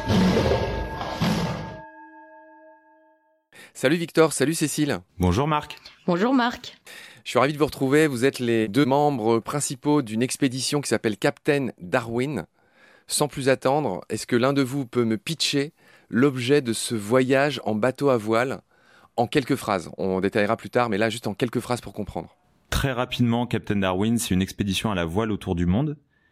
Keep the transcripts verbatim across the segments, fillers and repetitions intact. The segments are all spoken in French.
Salut Victor, salut Cécile. Bonjour Marc. Bonjour Marc. Je suis ravi de vous retrouver. Vous êtes les deux membres principaux d'une expédition qui s'appelle Captain Darwin. Sans plus attendre, est-ce que l'un de vous peut me pitcher l'objet de ce voyage en bateau à voile en quelques phrases? On détaillera plus tard, mais là juste en quelques phrases pour comprendre. Très rapidement, Captain Darwin, c'est une expédition à la voile autour du monde.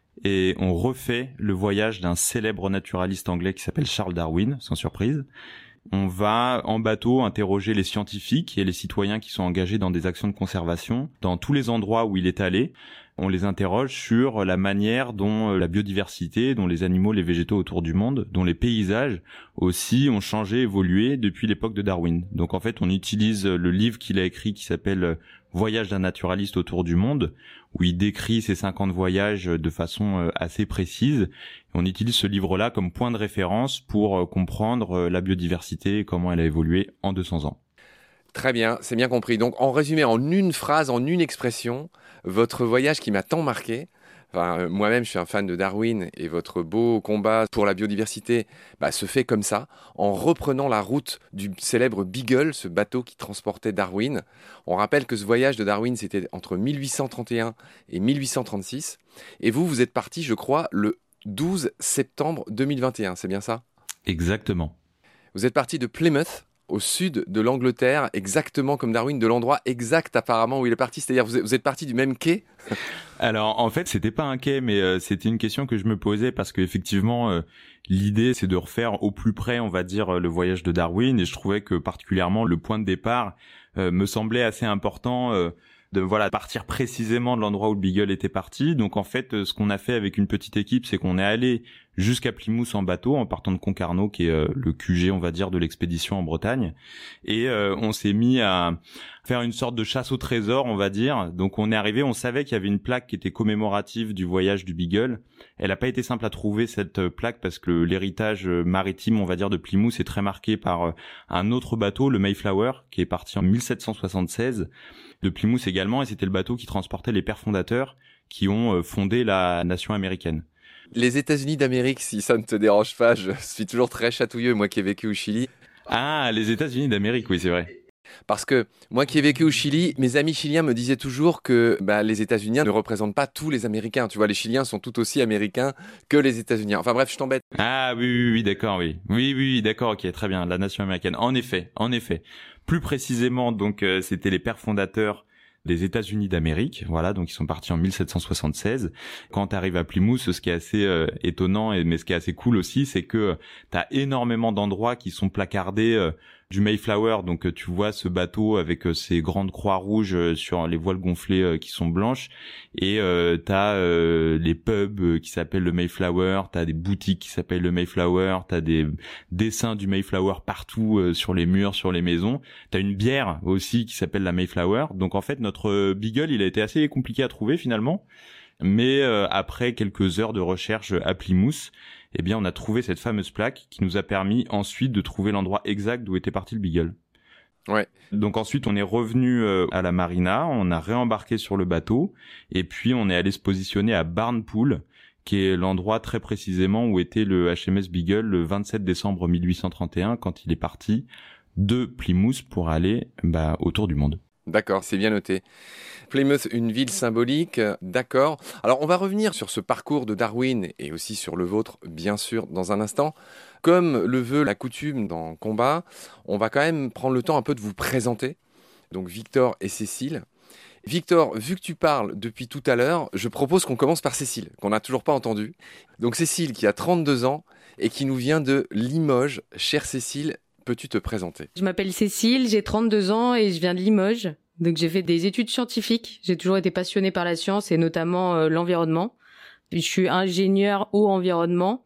Et on refait le voyage d'un célèbre naturaliste anglais qui s'appelle Charles Darwin, sans surprise. On va en bateau interroger les scientifiques et les citoyens qui sont engagés dans des actions de conservation dans tous les endroits où il est allé. On les interroge sur la manière dont la biodiversité, dont les animaux, les végétaux autour du monde, dont les paysages aussi ont changé, évolué depuis l'époque de Darwin. Donc en fait, on utilise le livre qu'il a écrit qui s'appelle Voyage d'un naturaliste autour du monde, où il décrit ses cinquante voyages de façon assez précise. On utilise ce livre-là comme point de référence pour comprendre la biodiversité et comment elle a évolué en deux cents ans. Très bien, c'est bien compris. Donc en résumé, en une phrase, en une expression, votre voyage qui m'a tant marqué, enfin, euh, moi-même je suis un fan de Darwin et votre beau combat pour la biodiversité bah, se fait comme ça, en reprenant la route du célèbre Beagle, ce bateau qui transportait Darwin. On rappelle que ce voyage de Darwin, c'était entre mille huit cent trente et un et mille huit cent trente-six. Et vous, vous êtes parti, je crois, le douze septembre deux mille vingt et un, c'est bien ça? Exactement. Vous êtes parti de Plymouth, au sud de l'Angleterre, exactement comme Darwin, de l'endroit exact apparemment où il est parti. C'est-à-dire, vous êtes, vous êtes parti du même quai? Alors, en fait, c'était pas un quai, mais euh, c'était une question que je me posais parce qu'effectivement, euh, l'idée, c'est de refaire au plus près, on va dire, le voyage de Darwin. Et je trouvais que particulièrement le point de départ euh, me semblait assez important. Euh, de voilà partir précisément de l'endroit où le Beagle était parti. Donc en fait, ce qu'on a fait avec une petite équipe, c'est qu'on est allé jusqu'à Plymouth en bateau, en partant de Concarneau, qui est euh, le Q G, on va dire, de l'expédition en Bretagne. Et euh, on s'est mis à faire une sorte de chasse au trésor, on va dire. Donc on est arrivé, on savait qu'il y avait une plaque qui était commémorative du voyage du Beagle. Elle n'a pas été simple à trouver, cette plaque, parce que l'héritage maritime, on va dire, de Plymouth est très marqué par un autre bateau, le Mayflower, qui est parti en mille sept cent soixante-seize, de Plymouth également, et c'était le bateau qui transportait les pères fondateurs qui ont fondé la nation américaine. Les États-Unis d'Amérique, si ça ne te dérange pas, je suis toujours très chatouilleux, moi qui ai vécu au Chili. Ah, les États-Unis d'Amérique, oui, c'est vrai. Parce que moi qui ai vécu au Chili, mes amis chiliens me disaient toujours que bah, les États-Unis ne représentent pas tous les Américains. Tu vois, les Chiliens sont tout aussi américains que les États-Unis. Enfin bref, je t'embête. Ah oui, oui, oui, d'accord, oui. Oui, oui, oui, d'accord, ok, très bien, la nation américaine. En effet, en effet. Plus précisément, donc, euh, c'était les pères fondateurs des États-Unis d'Amérique, voilà, donc ils sont partis en mille sept cent soixante-seize. Quand tu arrives à Plymouth, ce qui est assez euh, étonnant, et, mais ce qui est assez cool aussi, c'est que tu as énormément d'endroits qui sont placardés euh, du Mayflower, donc tu vois ce bateau avec euh, ces grandes croix rouges euh, sur les voiles gonflées euh, qui sont blanches, et euh, t'as euh, les pubs euh, qui s'appellent le Mayflower, t'as des boutiques qui s'appellent le Mayflower, t'as des dessins du Mayflower partout euh, sur les murs, sur les maisons, t'as une bière aussi qui s'appelle la Mayflower. Donc en fait notre Beagle, il a été assez compliqué à trouver finalement, mais euh, après quelques heures de recherche à Plymouth, eh bien, on a trouvé cette fameuse plaque qui nous a permis ensuite de trouver l'endroit exact d'où était parti le Beagle. Ouais. Donc ensuite, on est revenu euh, à la marina, on a réembarqué sur le bateau, et puis on est allé se positionner à Barnpool, qui est l'endroit très précisément où était le H M S Beagle le vingt-sept décembre mille huit cent trente et un, quand il est parti de Plymouth pour aller bah, autour du monde. D'accord, c'est bien noté. Plymouth, une ville symbolique, d'accord. Alors, on va revenir sur ce parcours de Darwin et aussi sur le vôtre, bien sûr, dans un instant. Comme le veut la coutume dans Combat, on va quand même prendre le temps un peu de vous présenter. Donc, Victor et Cécile. Victor, vu que tu parles depuis tout à l'heure, je propose qu'on commence par Cécile, qu'on n'a toujours pas entendue. Donc, Cécile, qui a trente-deux ans et qui nous vient de Limoges. Chère Cécile, peux-tu te présenter? Je m'appelle Cécile, j'ai trente-deux ans et je viens de Limoges. Donc j'ai fait des études scientifiques. J'ai toujours été passionnée par la science et notamment euh, l'environnement. Je suis ingénieure eau environnement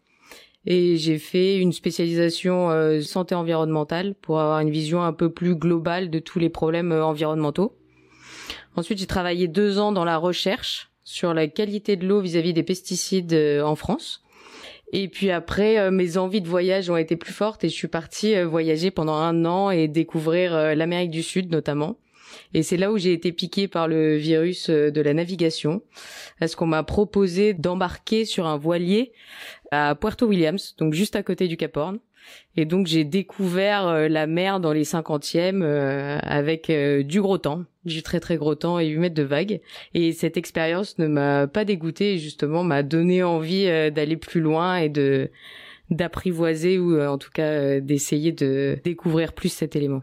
et j'ai fait une spécialisation euh, santé environnementale pour avoir une vision un peu plus globale de tous les problèmes euh, environnementaux. Ensuite, j'ai travaillé deux ans dans la recherche sur la qualité de l'eau vis-à-vis des pesticides euh, en France. Et puis après, euh, mes envies de voyage ont été plus fortes et je suis partie euh, voyager pendant un an et découvrir euh, l'Amérique du Sud notamment. Et c'est là où j'ai été piquée par le virus de la navigation, parce qu'on m'a proposé d'embarquer sur un voilier à Puerto Williams, donc juste à côté du Cap Horn. Et donc j'ai découvert euh, la mer dans les cinquantièmes euh, avec euh, du gros temps, du très très gros temps et huit mètres de vagues. Et cette expérience ne m'a pas dégoûtée et justement m'a donné envie euh, d'aller plus loin et de d'apprivoiser ou euh, en tout cas euh, d'essayer de découvrir plus cet élément.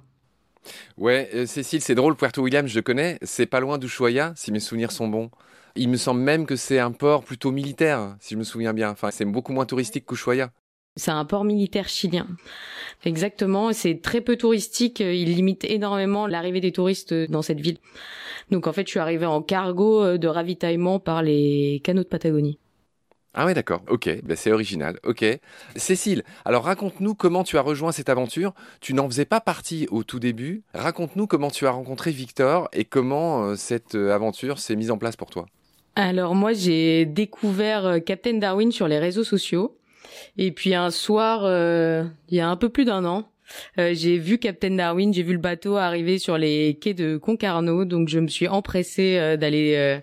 Ouais, euh, Cécile, c'est drôle, Puerto Williams, je connais, c'est pas loin d'Ushuaia, si mes souvenirs sont bons. Il me semble même que c'est un port plutôt militaire, si je me souviens bien. Enfin, c'est beaucoup moins touristique qu'Ushuaia. C'est un port militaire chilien. Exactement, c'est très peu touristique, il limite énormément l'arrivée des touristes dans cette ville. Donc en fait, je suis arrivée en cargo de ravitaillement par les canaux de Patagonie. Ah ouais, d'accord, ok, ben, c'est original, ok. Cécile, alors raconte-nous comment tu as rejoint cette aventure. Tu n'en faisais pas partie au tout début. Raconte-nous comment tu as rencontré Victor et comment euh, cette euh, aventure s'est mise en place pour toi. Alors moi, j'ai découvert Captain Darwin sur les réseaux sociaux. Et puis un soir, euh, il y a un peu plus d'un an, euh, j'ai vu Captain Darwin, j'ai vu le bateau arriver sur les quais de Concarneau, donc je me suis empressée euh, d'aller euh,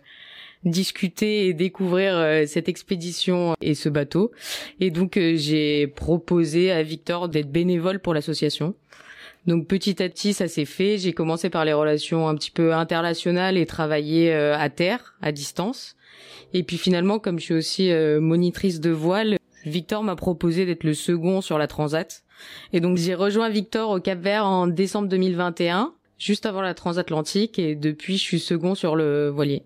discuter et découvrir euh, cette expédition et ce bateau. Et donc euh, j'ai proposé à Victor d'être bénévole pour l'association. Donc petit à petit, ça s'est fait. J'ai commencé par les relations un petit peu internationales et travailler euh, à terre, à distance. Et puis finalement, comme je suis aussi euh, monitrice de voile, Victor m'a proposé d'être le second sur la Transat. Et donc j'ai rejoint Victor au Cap-Vert en décembre deux mille vingt et un, juste avant la transatlantique, et depuis je suis second sur le voilier.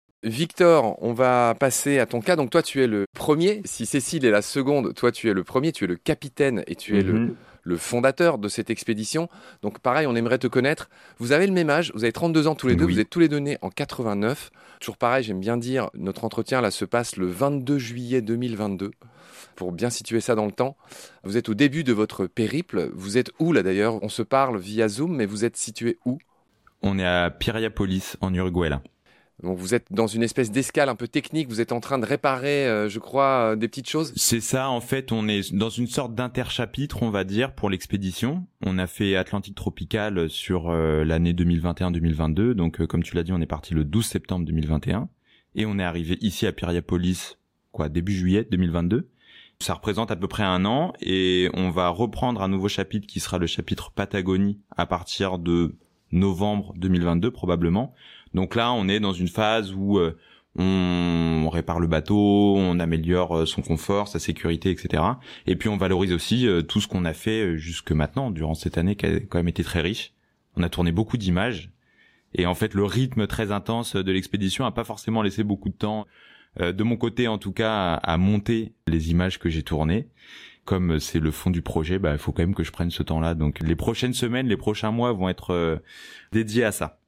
Victor, on va passer à ton cas. Donc toi tu es le premier, si Cécile est la seconde, toi tu es le premier, tu es le capitaine et tu es mm-hmm. le, le fondateur de cette expédition. Donc pareil, on aimerait te connaître. Vous avez le même âge, vous avez trente-deux ans tous les deux, oui. Vous êtes tous les deux nés en quatre-vingt-neuf. Toujours pareil, j'aime bien dire, notre entretien là se passe le vingt-deux juillet deux mille vingt-deux. Pour bien situer ça dans le temps, vous êtes au début de votre périple. Vous êtes où là d'ailleurs ? On se parle via Zoom, mais vous êtes situé où ? On est à Piriápolis, en Uruguay là. Donc vous êtes dans une espèce d'escale un peu technique, vous êtes en train de réparer, euh, je crois, euh, des petites choses. C'est ça, en fait, on est dans une sorte d'interchapitre, on va dire, pour l'expédition. On a fait Atlantique Tropical sur euh, l'année deux mille vingt et un deux mille vingt-deux, donc euh, comme tu l'as dit, on est parti le douze septembre deux mille vingt et un, et on est arrivé ici à Piriápolis, quoi, début juillet deux mille vingt-deux. Ça représente à peu près un an, et on va reprendre un nouveau chapitre qui sera le chapitre Patagonie à partir de novembre deux mille vingt-deux probablement. Donc là, on est dans une phase où euh, on, on répare le bateau, on améliore euh, son confort, sa sécurité, et cetera. Et puis on valorise aussi euh, tout ce qu'on a fait jusque maintenant, durant cette année qui a quand même été très riche. On a tourné beaucoup d'images, et en fait, le rythme très intense de l'expédition a pas forcément laissé beaucoup de temps, euh, de mon côté en tout cas, à, à monter les images que j'ai tournées. Comme c'est le fond du projet, bah, il faut quand même que je prenne ce temps-là. Donc les prochaines semaines, les prochains mois vont être euh, dédiés à ça.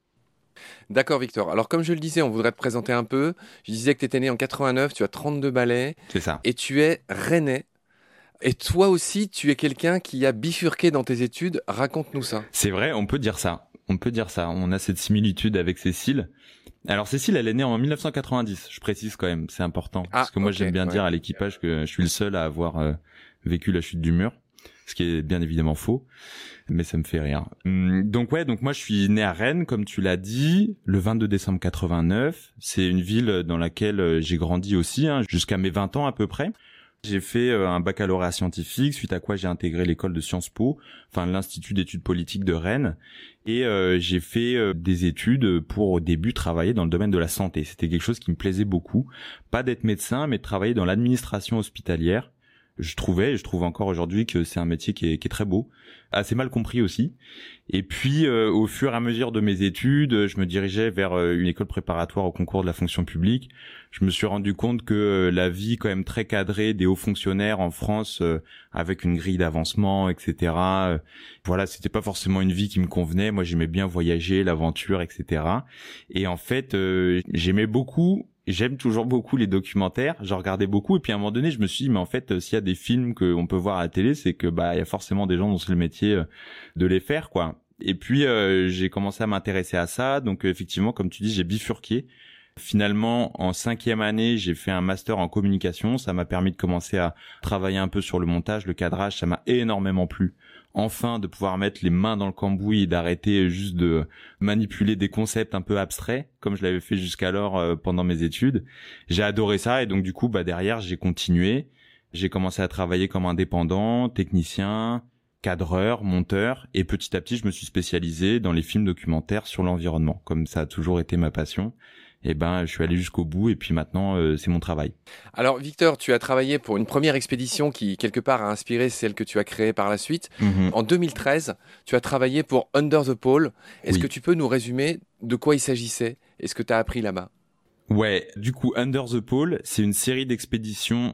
D'accord Victor, alors comme je le disais, on voudrait te présenter un peu. Je disais que tu étais né en quatre-vingt-neuf, tu as trente-deux balais. C'est ça. Et tu es rennais. Et toi aussi, tu es quelqu'un qui a bifurqué dans tes études. Raconte-nous ça. C'est vrai, on peut dire ça. On peut dire ça. On a cette similitude avec Cécile. Alors Cécile, elle est née en dix-neuf cent quatre-vingt-dix. Je précise quand même, c'est important. Ah, parce que moi, okay, j'aime bien ouais. dire à l'équipage que je suis le seul à avoir euh, vécu la chute du mur. Ce qui est bien évidemment faux, mais ça me fait rire. Donc ouais, donc moi je suis né à Rennes, comme tu l'as dit, le vingt-deux décembre quatre-vingt-neuf. C'est une ville dans laquelle j'ai grandi aussi, hein, jusqu'à mes vingt ans à peu près. J'ai fait un baccalauréat scientifique, suite à quoi j'ai intégré l'école de Sciences Po, enfin l'Institut d'études politiques de Rennes, et euh, j'ai fait euh, des études pour au début travailler dans le domaine de la santé. C'était quelque chose qui me plaisait beaucoup, pas d'être médecin, mais de travailler dans l'administration hospitalière. Je trouvais, et je trouve encore aujourd'hui que c'est un métier qui est, qui est très beau, assez mal compris aussi. Et puis, euh, au fur et à mesure de mes études, je me dirigeais vers euh, une école préparatoire au concours de la fonction publique. Je me suis rendu compte que euh, la vie quand même très cadrée des hauts fonctionnaires en France, euh, avec une grille d'avancement, et cetera. Euh, voilà, c'était pas forcément une vie qui me convenait. Moi, j'aimais bien voyager, l'aventure, et cetera. Et en fait, euh, j'aimais beaucoup. J'aime toujours beaucoup les documentaires, j'en regardais beaucoup, et puis à un moment donné, je me suis dit, mais en fait, s'il y a des films qu'on peut voir à la télé, c'est que bah il y a forcément des gens dont c'est le métier de les faire, quoi. Et puis euh, j'ai commencé à m'intéresser à ça, donc effectivement, comme tu dis, j'ai bifurqué. Finalement, en cinquième année, j'ai fait un master en communication. Ça m'a permis de commencer à travailler un peu sur le montage, le cadrage. Ça m'a énormément plu enfin de pouvoir mettre les mains dans le cambouis et d'arrêter juste de manipuler des concepts un peu abstraits comme je l'avais fait jusqu'alors euh, pendant mes études. J'ai adoré ça et donc du coup bah derrière j'ai continué. J'ai commencé à travailler comme indépendant, technicien, cadreur, monteur et petit à petit je me suis spécialisé dans les films documentaires sur l'environnement. Comme ça a toujours été ma passion. Et ben, je suis allé jusqu'au bout et puis maintenant, euh, c'est mon travail. Alors, Victor, tu as travaillé pour une première expédition qui, quelque part, a inspiré celle que tu as créée par la suite. Mmh. En deux mille treize, tu as travaillé pour Under the Pole. Est-ce Oui. que tu peux nous résumer de quoi il s'agissait et ce que tu as appris là-bas? Ouais, du coup, Under the Pole, c'est une série d'expéditions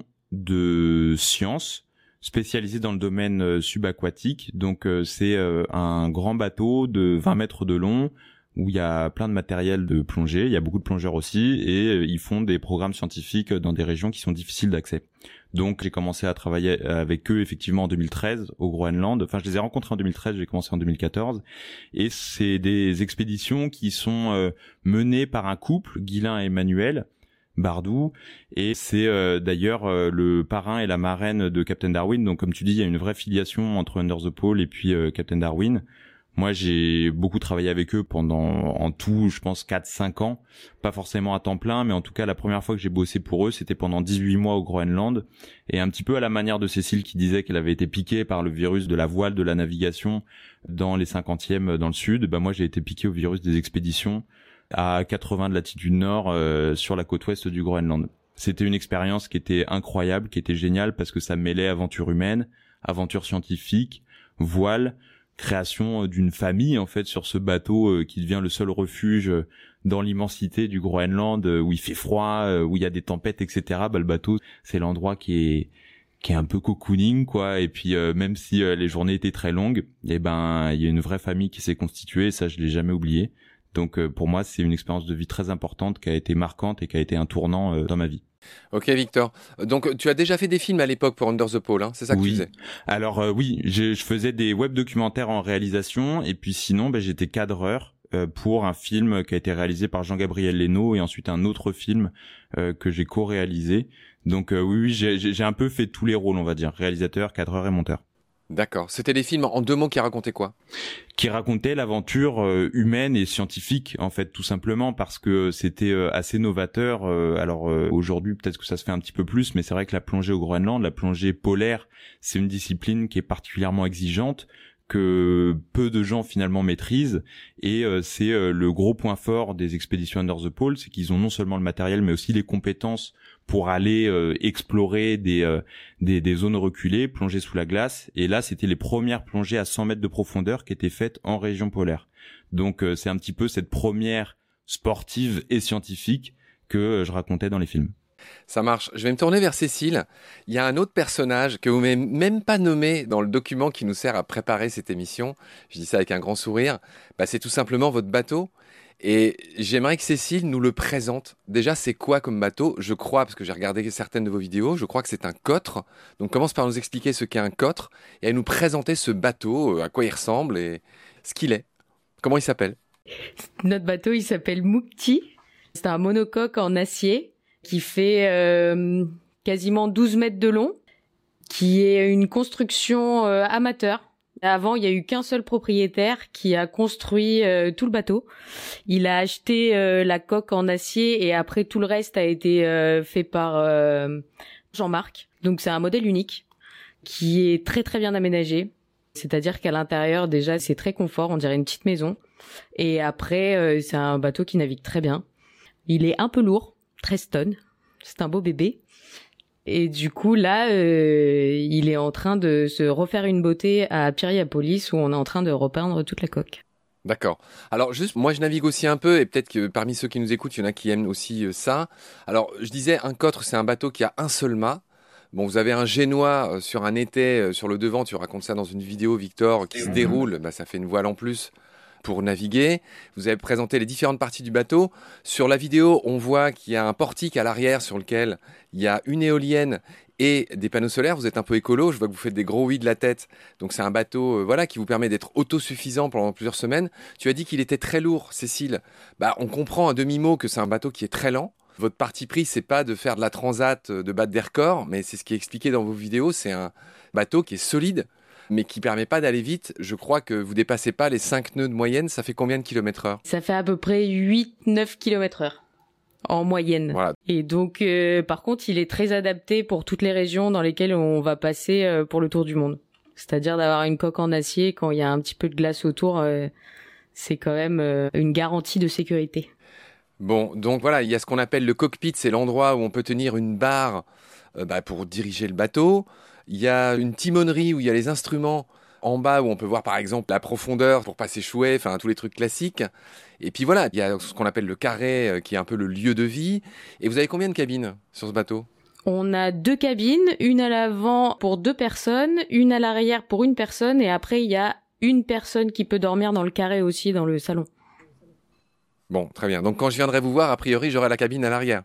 de sciences spécialisées dans le domaine euh, subaquatique. Donc, euh, c'est euh, un grand bateau de vingt mètres de long, où il y a plein de matériel de plongée, il y a beaucoup de plongeurs aussi, et euh, ils font des programmes scientifiques dans des régions qui sont difficiles d'accès. Donc j'ai commencé à travailler avec eux effectivement en deux mille treize au Groenland, enfin je les ai rencontrés en deux mille treize, j'ai commencé en deux mille quatorze, et c'est des expéditions qui sont euh, menées par un couple, Guylain et Emmanuel Bardou, et c'est euh, d'ailleurs euh, le parrain et la marraine de Captain Darwin, donc comme tu dis, il y a une vraie filiation entre Under the Pole et puis euh, Captain Darwin. Moi, j'ai beaucoup travaillé avec eux pendant, en tout, je pense, quatre cinq ans. Pas forcément à temps plein, mais en tout cas, la première fois que j'ai bossé pour eux, c'était pendant dix-huit mois au Groenland. Et un petit peu à la manière de Cécile qui disait qu'elle avait été piquée par le virus de la voile, de la navigation dans les cinquantièmes dans le sud. Bah, moi, j'ai été piqué au virus des expéditions à quatre-vingts de latitude nord, euh, sur la côte ouest du Groenland. C'était une expérience qui était incroyable, qui était géniale parce que ça mêlait aventure humaine, aventure scientifique, voile, création d'une famille en fait sur ce bateau euh, qui devient le seul refuge euh, dans l'immensité du Groenland euh, où il fait froid, euh, où il y a des tempêtes, et cetera. Bah, le bateau, c'est l'endroit qui est qui est un peu cocooning quoi. Et puis euh, même si euh, les journées étaient très longues, et ben il y a une vraie famille qui s'est constituée. Et ça, je l'ai jamais oublié. Donc euh, pour moi, c'est une expérience de vie très importante qui a été marquante et qui a été un tournant euh, dans ma vie. Ok Victor, donc tu as déjà fait des films à l'époque pour Under the Pole, hein, c'est ça que oui. tu faisais? Alors euh, oui, je, je faisais des web documentaires en réalisation et puis sinon ben, j'étais cadreur euh, pour un film qui a été réalisé par Jean-Gabriel Leno et ensuite un autre film euh, que j'ai co-réalisé. Donc euh, oui, oui j'ai, j'ai un peu fait tous les rôles on va dire, réalisateur, cadreur et monteur. D'accord. C'était des films en deux mots qui racontaient quoi? Qui racontaient l'aventure euh, humaine et scientifique, en fait, tout simplement parce que c'était euh, assez novateur. Euh, alors euh, aujourd'hui, peut-être que ça se fait un petit peu plus, mais c'est vrai que la plongée au Groenland, la plongée polaire, c'est une discipline qui est particulièrement exigeante, que peu de gens finalement maîtrisent, et euh, c'est euh, le gros point fort des expéditions Under the Pole, c'est qu'ils ont non seulement le matériel, mais aussi les compétences pour aller euh, explorer des, euh, des des zones reculées, plonger sous la glace. Et là, c'était les premières plongées à cent mètres de profondeur qui étaient faites en région polaire. Donc, euh, c'est un petit peu cette première sportive et scientifique que euh, je racontais dans les films. Ça marche. Je vais me tourner vers Cécile. Il y a un autre personnage que vous n'avez même pas nommé dans le document qui nous sert à préparer cette émission. Je dis ça avec un grand sourire. Bah, c'est tout simplement votre bateau. Et j'aimerais que Cécile nous le présente. Déjà, c'est quoi comme bateau? Je crois, parce que j'ai regardé certaines de vos vidéos, je crois que c'est un cotre. Donc commence par nous expliquer ce qu'est un cotre et à nous présenter ce bateau, à quoi il ressemble et ce qu'il est. Comment il s'appelle? Notre bateau, il s'appelle Mukti. C'est un monocoque en acier qui fait euh, quasiment douze mètres de long, qui est une construction euh, amateur. Avant, il y a eu qu'un seul propriétaire qui a construit euh, tout le bateau. Il a acheté euh, la coque en acier et après tout le reste a été euh, fait par euh, Jean-Marc. Donc c'est un modèle unique qui est très très bien aménagé. C'est-à-dire qu'à l'intérieur déjà c'est très confort, on dirait une petite maison. Et après euh, c'est un bateau qui navigue très bien. Il est un peu lourd, treize tonnes. C'est un beau bébé. Et du coup, là, euh, il est en train de se refaire une beauté à Piriapolis où on est en train de repeindre toute la coque. D'accord. Alors juste, moi je navigue aussi un peu et peut-être que parmi ceux qui nous écoutent, il y en a qui aiment aussi ça. Alors je disais, un cotre, c'est un bateau qui a un seul mât. Bon, vous avez un génois sur un étai sur le devant, tu racontes ça dans une vidéo, Victor, qui se déroule, bah, ça fait une voile en plus pour naviguer. Vous avez présenté les différentes parties du bateau. Sur la vidéo, on voit qu'il y a un portique à l'arrière sur lequel il y a une éolienne et des panneaux solaires. Vous êtes un peu écolo, je vois que vous faites des gros oui de la tête. Donc c'est un bateau euh, voilà, qui vous permet d'être autosuffisant pendant plusieurs semaines. Tu as dit qu'il était très lourd, Cécile. Bah, on comprend à demi-mot que c'est un bateau qui est très lent. Votre parti pris, c'est pas de faire de la transat, de battre des records, mais c'est ce qui est expliqué dans vos vidéos. C'est un bateau qui est solide. mais qui permet pas d'aller vite. Je crois que vous dépassez pas les cinq nœuds de moyenne. Ça fait combien de kilomètres heure? Ça fait à peu près huit neuf kilomètres heure en moyenne. Voilà. Et donc, euh, par contre, il est très adapté pour toutes les régions dans lesquelles on va passer euh, pour le tour du monde. C'est-à-dire d'avoir une coque en acier quand il y a un petit peu de glace autour, euh, c'est quand même euh, une garantie de sécurité. Bon, donc voilà, il y a ce qu'on appelle le cockpit, c'est l'endroit où on peut tenir une barre euh, bah, pour diriger le bateau. Il y a une timonerie où il y a les instruments en bas où on peut voir par exemple la profondeur pour pas s'échouer, enfin tous les trucs classiques. Et puis voilà, il y a ce qu'on appelle le carré euh, qui est un peu le lieu de vie. Et vous avez combien de cabines sur ce bateau? On a deux cabines, une à l'avant pour deux personnes, une à l'arrière pour une personne, et après il y a une personne qui peut dormir dans le carré aussi, dans le salon. Bon, très bien. Donc quand je viendrai vous voir, a priori, j'aurai la cabine à l'arrière.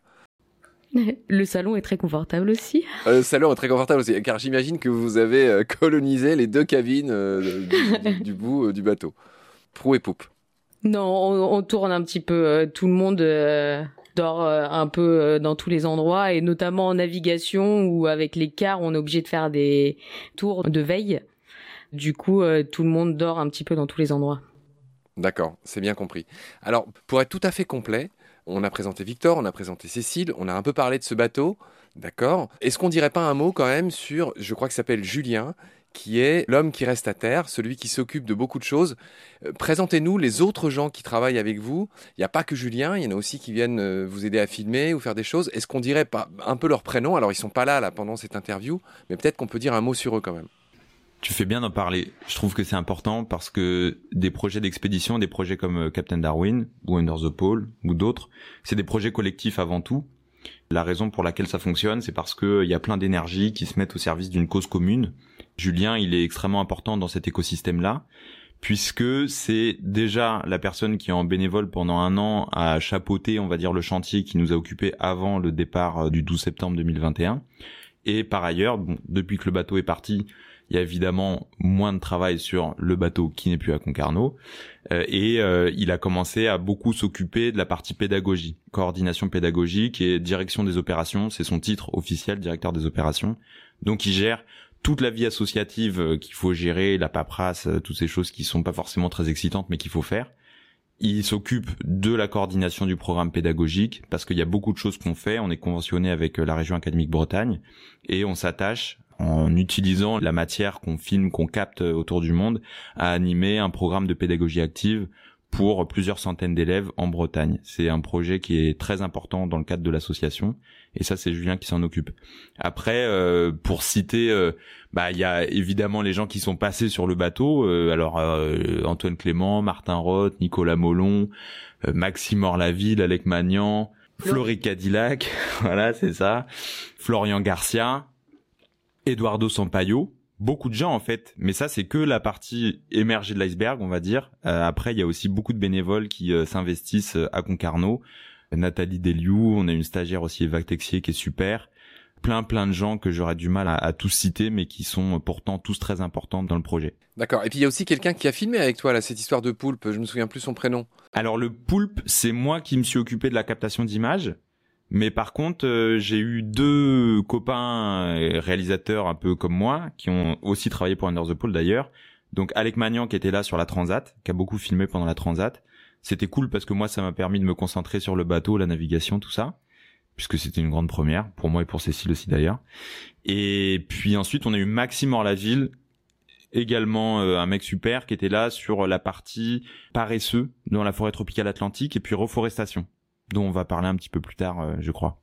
Le salon est très confortable aussi. Euh, le salon est très confortable aussi, car j'imagine que vous avez euh, colonisé les deux cabines euh, du, du, du bout euh, du bateau. Proue et poupe. Non, on, on tourne un petit peu. Euh, tout le monde euh, dort euh, un peu euh, dans tous les endroits, et notamment en navigation où avec les cars, on est obligé de faire des tours de veille. Du coup, euh, tout le monde dort un petit peu dans tous les endroits. D'accord, c'est bien compris. Alors, pour être tout à fait complet, on a présenté Victor, on a présenté Cécile, on a un peu parlé de ce bateau, d'accord. Est-ce qu'on dirait pas un mot quand même sur, je crois qu'il s'appelle Julien, qui est l'homme qui reste à terre, celui qui s'occupe de beaucoup de choses. Euh, présentez-nous les autres gens qui travaillent avec vous. Il n'y a pas que Julien, il y en a aussi qui viennent euh, vous aider à filmer ou faire des choses. Est-ce qu'on dirait pas un peu leur prénom? Alors, ils sont pas là, là pendant cette interview, mais peut-être qu'on peut dire un mot sur eux quand même. Tu fais bien d'en parler. Je trouve que c'est important parce que des projets d'expédition, des projets comme Captain Darwin ou Under the Pole ou d'autres, c'est des projets collectifs avant tout. La raison pour laquelle ça fonctionne, c'est parce que il y a plein d'énergie qui se mettent au service d'une cause commune. Julien, il est extrêmement important dans cet écosystème-là, puisque c'est déjà la personne qui est en bénévole pendant un an à chapeauter, on va dire, le chantier qui nous a occupés avant le départ du douze septembre deux mille vingt et un. Et par ailleurs, bon, depuis que le bateau est parti, il y a évidemment moins de travail sur le bateau qui n'est plus à Concarneau, euh, et euh, il a commencé à beaucoup s'occuper de la partie pédagogie, coordination pédagogique et direction des opérations, c'est son titre officiel, directeur des opérations. Donc il gère toute la vie associative euh, qu'il faut gérer, la paperasse, euh, toutes ces choses qui sont pas forcément très excitantes mais qu'il faut faire. Il s'occupe de la coordination du programme pédagogique parce qu'il y a beaucoup de choses qu'on fait, on est conventionné avec la région académique Bretagne et on s'attache en utilisant la matière qu'on filme, qu'on capte autour du monde, à animer un programme de pédagogie active pour plusieurs centaines d'élèves en Bretagne. C'est un projet qui est très important dans le cadre de l'association, et ça, c'est Julien qui s'en occupe. Après, euh, pour citer, euh, bah il y a évidemment les gens qui sont passés sur le bateau. Euh, alors euh, Antoine Clément, Martin Roth, Nicolas Molon, euh, Maxime Orlaville, Alec Magnan, Flory Cadillac, voilà, c'est ça, Florian Garcia, Eduardo Sampaio, beaucoup de gens en fait, mais ça c'est que la partie émergée de l'iceberg, on va dire. Euh, après il y a aussi beaucoup de bénévoles qui euh, s'investissent à Concarneau. Nathalie Deliou, on a une stagiaire aussi, Eva Texier, qui est super. Plein plein de gens que j'aurais du mal à, à tous citer, mais qui sont pourtant tous très importants dans le projet. D'accord, et puis il y a aussi quelqu'un qui a filmé avec toi là, cette histoire de poulpe, je me souviens plus son prénom. Alors le poulpe, c'est moi qui me suis occupé de la captation d'images. Mais par contre, euh, j'ai eu deux copains réalisateurs un peu comme moi, qui ont aussi travaillé pour Under the Pole d'ailleurs. Donc Alec Magnan qui était là sur la Transat, qui a beaucoup filmé pendant la Transat. C'était cool parce que moi, ça m'a permis de me concentrer sur le bateau, la navigation, tout ça. Puisque c'était une grande première, pour moi et pour Cécile aussi d'ailleurs. Et puis ensuite, on a eu Maxime Orlaville, également euh, un mec super, qui était là sur la partie paresseux dans la forêt tropicale atlantique et puis reforestation, dont on va parler un petit peu plus tard, euh, je crois.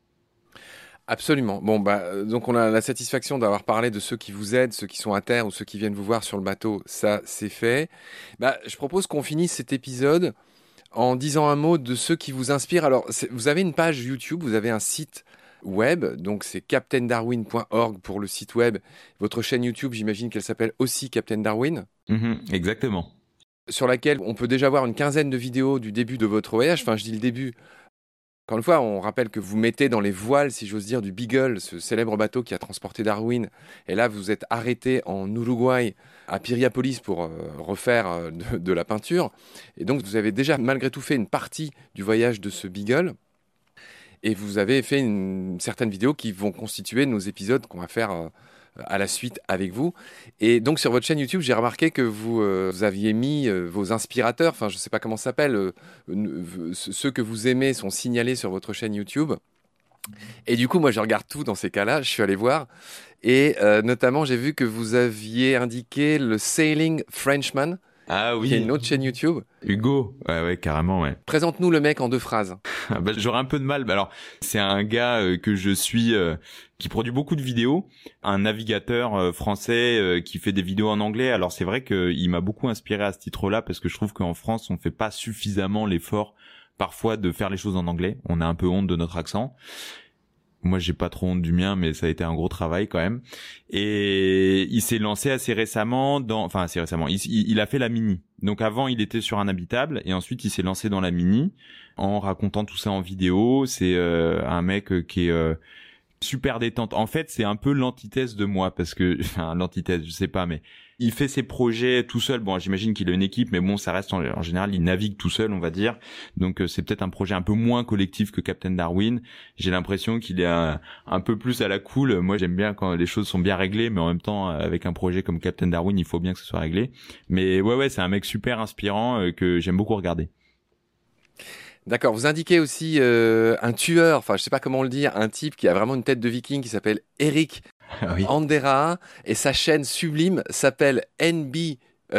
Absolument. Bon, bah, donc on a la satisfaction d'avoir parlé de ceux qui vous aident, ceux qui sont à terre ou ceux qui viennent vous voir sur le bateau. Ça, c'est fait. Bah, je propose qu'on finisse cet épisode en disant un mot de ceux qui vous inspirent. Alors, vous avez une page YouTube, vous avez un site web, donc c'est captain darwin point org pour le site web. Votre chaîne YouTube, j'imagine qu'elle s'appelle aussi Captain Darwin. Mmh, exactement. Sur laquelle on peut déjà voir une quinzaine de vidéos du début de votre voyage. Enfin, je dis le début. Encore une fois, on rappelle que vous mettez dans les voiles, si j'ose dire, du Beagle, ce célèbre bateau qui a transporté Darwin. Et là, vous êtes arrêté en Uruguay, à Piriápolis, pour euh, refaire euh, de, de la peinture. Et donc, vous avez déjà, malgré tout, fait une partie du voyage de ce Beagle. Et vous avez fait une, certaines vidéos qui vont constituer nos épisodes qu'on va faire euh, à la suite avec vous. Et donc sur votre chaîne YouTube, j'ai remarqué que vous, euh, vous aviez mis euh, vos inspirateurs, enfin je ne sais pas comment ça s'appelle, euh, euh, ceux que vous aimez sont signalés sur votre chaîne YouTube. Et du coup, moi je regarde tout dans ces cas-là, je suis allé voir. Et euh, notamment, j'ai vu que vous aviez indiqué le Sailing Frenchman, Ah oui. qui est une autre chaîne YouTube. Hugo. Ouais, ouais, carrément, ouais. Présente-nous le mec en deux phrases. bah, j'aurais un peu de mal. Alors, c'est un gars euh, que je suis euh, qui produit beaucoup de vidéos, un navigateur euh, français euh, qui fait des vidéos en anglais. Alors, c'est vrai qu'il m'a beaucoup inspiré à ce titre-là parce que je trouve qu'en France, on fait pas suffisamment l'effort parfois de faire les choses en anglais. On a un peu honte de notre accent. Moi, j'ai pas trop honte du mien, mais ça a été un gros travail quand même. Et il s'est lancé assez récemment dans, enfin assez récemment. Il, il a fait la Mini. Donc avant, il était sur un habitable et ensuite il s'est lancé dans la Mini en racontant tout ça en vidéo. C'est euh, un mec qui est euh, super détente. En fait, c'est un peu l'antithèse de moi parce que, enfin l'antithèse, je sais pas, mais il fait ses projets tout seul. Bon, j'imagine qu'il a une équipe, mais bon, ça reste en, en général, il navigue tout seul, on va dire. Donc, euh, c'est peut-être un projet un peu moins collectif que Captain Darwin. J'ai l'impression qu'il est un, un peu plus à la cool. Moi, j'aime bien quand les choses sont bien réglées, mais en même temps, avec un projet comme Captain Darwin, il faut bien que ce soit réglé. Mais ouais, ouais, c'est un mec super inspirant euh, que j'aime beaucoup regarder. D'accord, vous indiquez aussi euh, un tueur, enfin je sais pas comment on le dire, un type qui a vraiment une tête de viking qui s'appelle Eric Ah oui. Andera et sa chaîne sublime s'appelle N B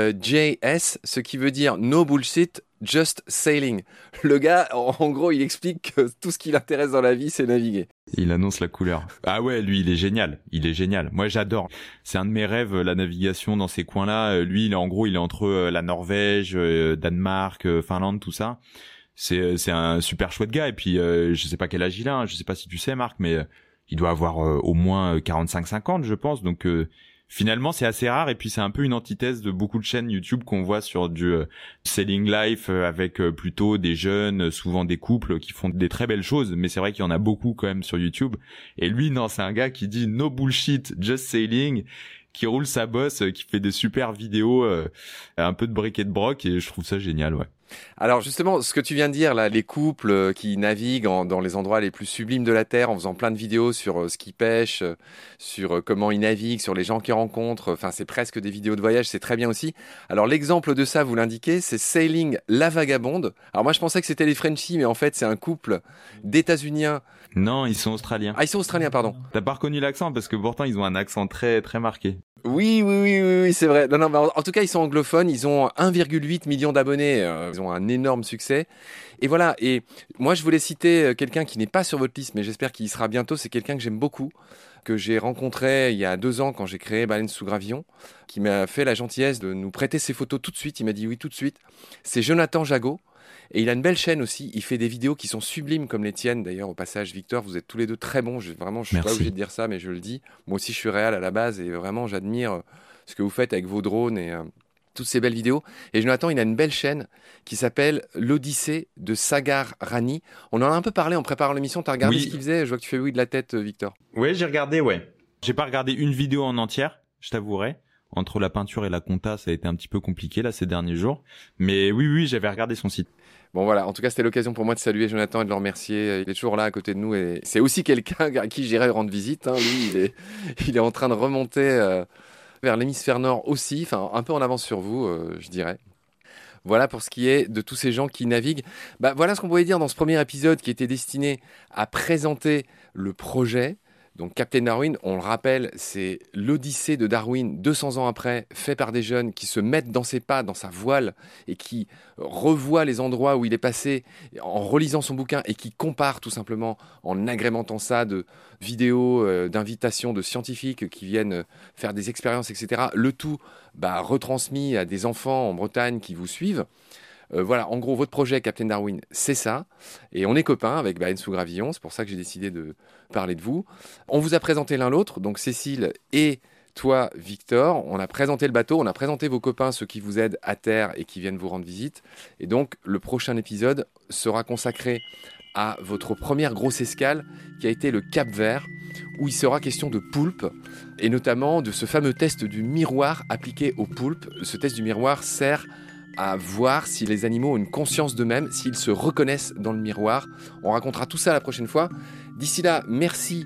J S, ce qui veut dire No Bullshit, Just Sailing. Le gars, en, en gros, il explique que tout ce qui l'intéresse dans la vie, c'est naviguer. Il annonce la couleur. Ah ouais, lui, il est génial. Il est génial. Moi, j'adore. C'est un de mes rêves, la navigation dans ces coins-là. Lui, il est en gros, il est entre la Norvège, Danemark, Finlande, tout ça. C'est c'est un super chouette gars. Et puis, euh, je sais pas quel âge il a. Hein. Je sais pas si tu sais, Marc, mais euh, il doit avoir euh, au moins quarante-cinq cinquante, je pense. Donc, euh, finalement, c'est assez rare. Et puis, c'est un peu une antithèse de beaucoup de chaînes YouTube qu'on voit sur du euh, Sailing Life euh, avec euh, plutôt des jeunes, souvent des couples qui font des très belles choses. Mais c'est vrai qu'il y en a beaucoup quand même sur YouTube. Et lui, non, c'est un gars qui dit no bullshit, just sailing, qui roule sa bosse, euh, qui fait des super vidéos, euh, un peu de bric et de broc. Et je trouve ça génial, ouais. Alors justement, ce que tu viens de dire, là, les couples qui naviguent en, dans les endroits les plus sublimes de la Terre en faisant plein de vidéos sur euh, ce qu'ils pêchent, euh, sur euh, comment ils naviguent, sur les gens qu'ils rencontrent, enfin c'est presque des vidéos de voyage, c'est très bien aussi. Alors l'exemple de ça, vous l'indiquez, c'est Sailing La Vagabonde. Alors moi je pensais que c'était les Frenchies, mais en fait c'est un couple d'États-Uniens. Non, ils sont australiens. Ah, ils sont australiens, pardon. T'as pas reconnu l'accent parce que pourtant ils ont un accent très très marqué. Oui, oui, oui, oui, oui, c'est vrai. Non, non, mais en, en tout cas, ils sont anglophones. Ils ont un virgule huit million d'abonnés. Euh, ils ont un énorme succès. Et voilà. Et moi, je voulais citer quelqu'un qui n'est pas sur votre liste, mais j'espère qu'il y sera bientôt. C'est quelqu'un que j'aime beaucoup, que j'ai rencontré il y a deux ans quand j'ai créé Baleine sous Gravillon, qui m'a fait la gentillesse de nous prêter ses photos tout de suite. Il m'a dit oui tout de suite. C'est Jonathan Jagot. Et il a une belle chaîne aussi. Il fait des vidéos qui sont sublimes comme les tiennes. D'ailleurs, au passage, Victor, vous êtes tous les deux très bons. Je, vraiment, je suis Merci. pas obligé de dire ça, mais je le dis. Moi aussi, je suis réal à la base et vraiment, j'admire ce que vous faites avec vos drones et euh, toutes ces belles vidéos. Et Jonathan, il a une belle chaîne qui s'appelle l'Odyssée de Sagar Rani. On en a un peu parlé en préparant l'émission. T'as regardé Oui. ce qu'il faisait? Je vois que tu fais oui de la tête, Victor. Ouais, j'ai regardé, ouais. J'ai pas regardé une vidéo en entière, je t'avouerai. Entre la peinture et la compta, ça a été un petit peu compliqué là ces derniers jours. Mais oui, oui, j'avais regardé son site. Bon voilà, en tout cas c'était l'occasion pour moi de saluer Jonathan et de le remercier. Il est toujours là à côté de nous et c'est aussi quelqu'un à qui j'irai rendre visite. Hein. Lui, il est, il est en train de remonter euh, vers l'hémisphère nord aussi, enfin un peu en avance sur vous, euh, je dirais. Voilà pour ce qui est de tous ces gens qui naviguent. Bah, voilà ce qu'on pouvait dire dans ce premier épisode qui était destiné à présenter le projet. Donc Captain Darwin, on le rappelle, c'est l'Odyssée de Darwin deux cents ans après, fait par des jeunes qui se mettent dans ses pas, dans sa voile, et qui revoient les endroits où il est passé en relisant son bouquin, et qui comparent tout simplement en agrémentant ça de vidéos, euh, d'invitations de scientifiques qui viennent faire des expériences, et cetera. Le tout bah, retransmis à des enfants en Bretagne qui vous suivent. Euh, voilà, en gros, votre projet Captain Darwin, c'est ça. Et on est copains avec Baleine sous Gravillon. C'est pour ça que j'ai décidé de parler de vous. On vous a présenté l'un l'autre, donc Cécile et toi, Victor. On a présenté le bateau, on a présenté vos copains, ceux qui vous aident à terre et qui viennent vous rendre visite. Et donc, le prochain épisode sera consacré à votre première grosse escale qui a été le Cap-Vert, où il sera question de poulpe et notamment de ce fameux test du miroir appliqué aux poulpes. Ce test du miroir sert à voir si les animaux ont une conscience d'eux-mêmes, s'ils se reconnaissent dans le miroir. On racontera tout ça la prochaine fois. D'ici là, merci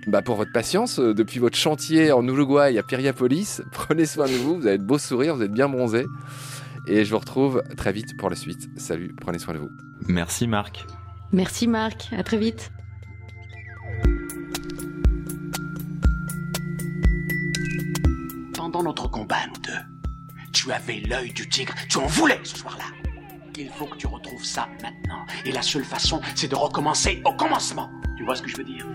bah, pour votre patience euh, depuis votre chantier en Uruguay à Piriápolis. Prenez soin de vous, vous avez de beaux sourires, vous êtes bien bronzés. Et je vous retrouve très vite pour la suite. Salut, prenez soin de vous. Merci Marc. Merci Marc, à très vite. Pendant notre combat, nous deux, tu avais l'œil du tigre, tu en voulais ce soir-là. Il faut que tu retrouves ça maintenant. Et la seule façon, c'est de recommencer au commencement. Tu vois ce que je veux dire ?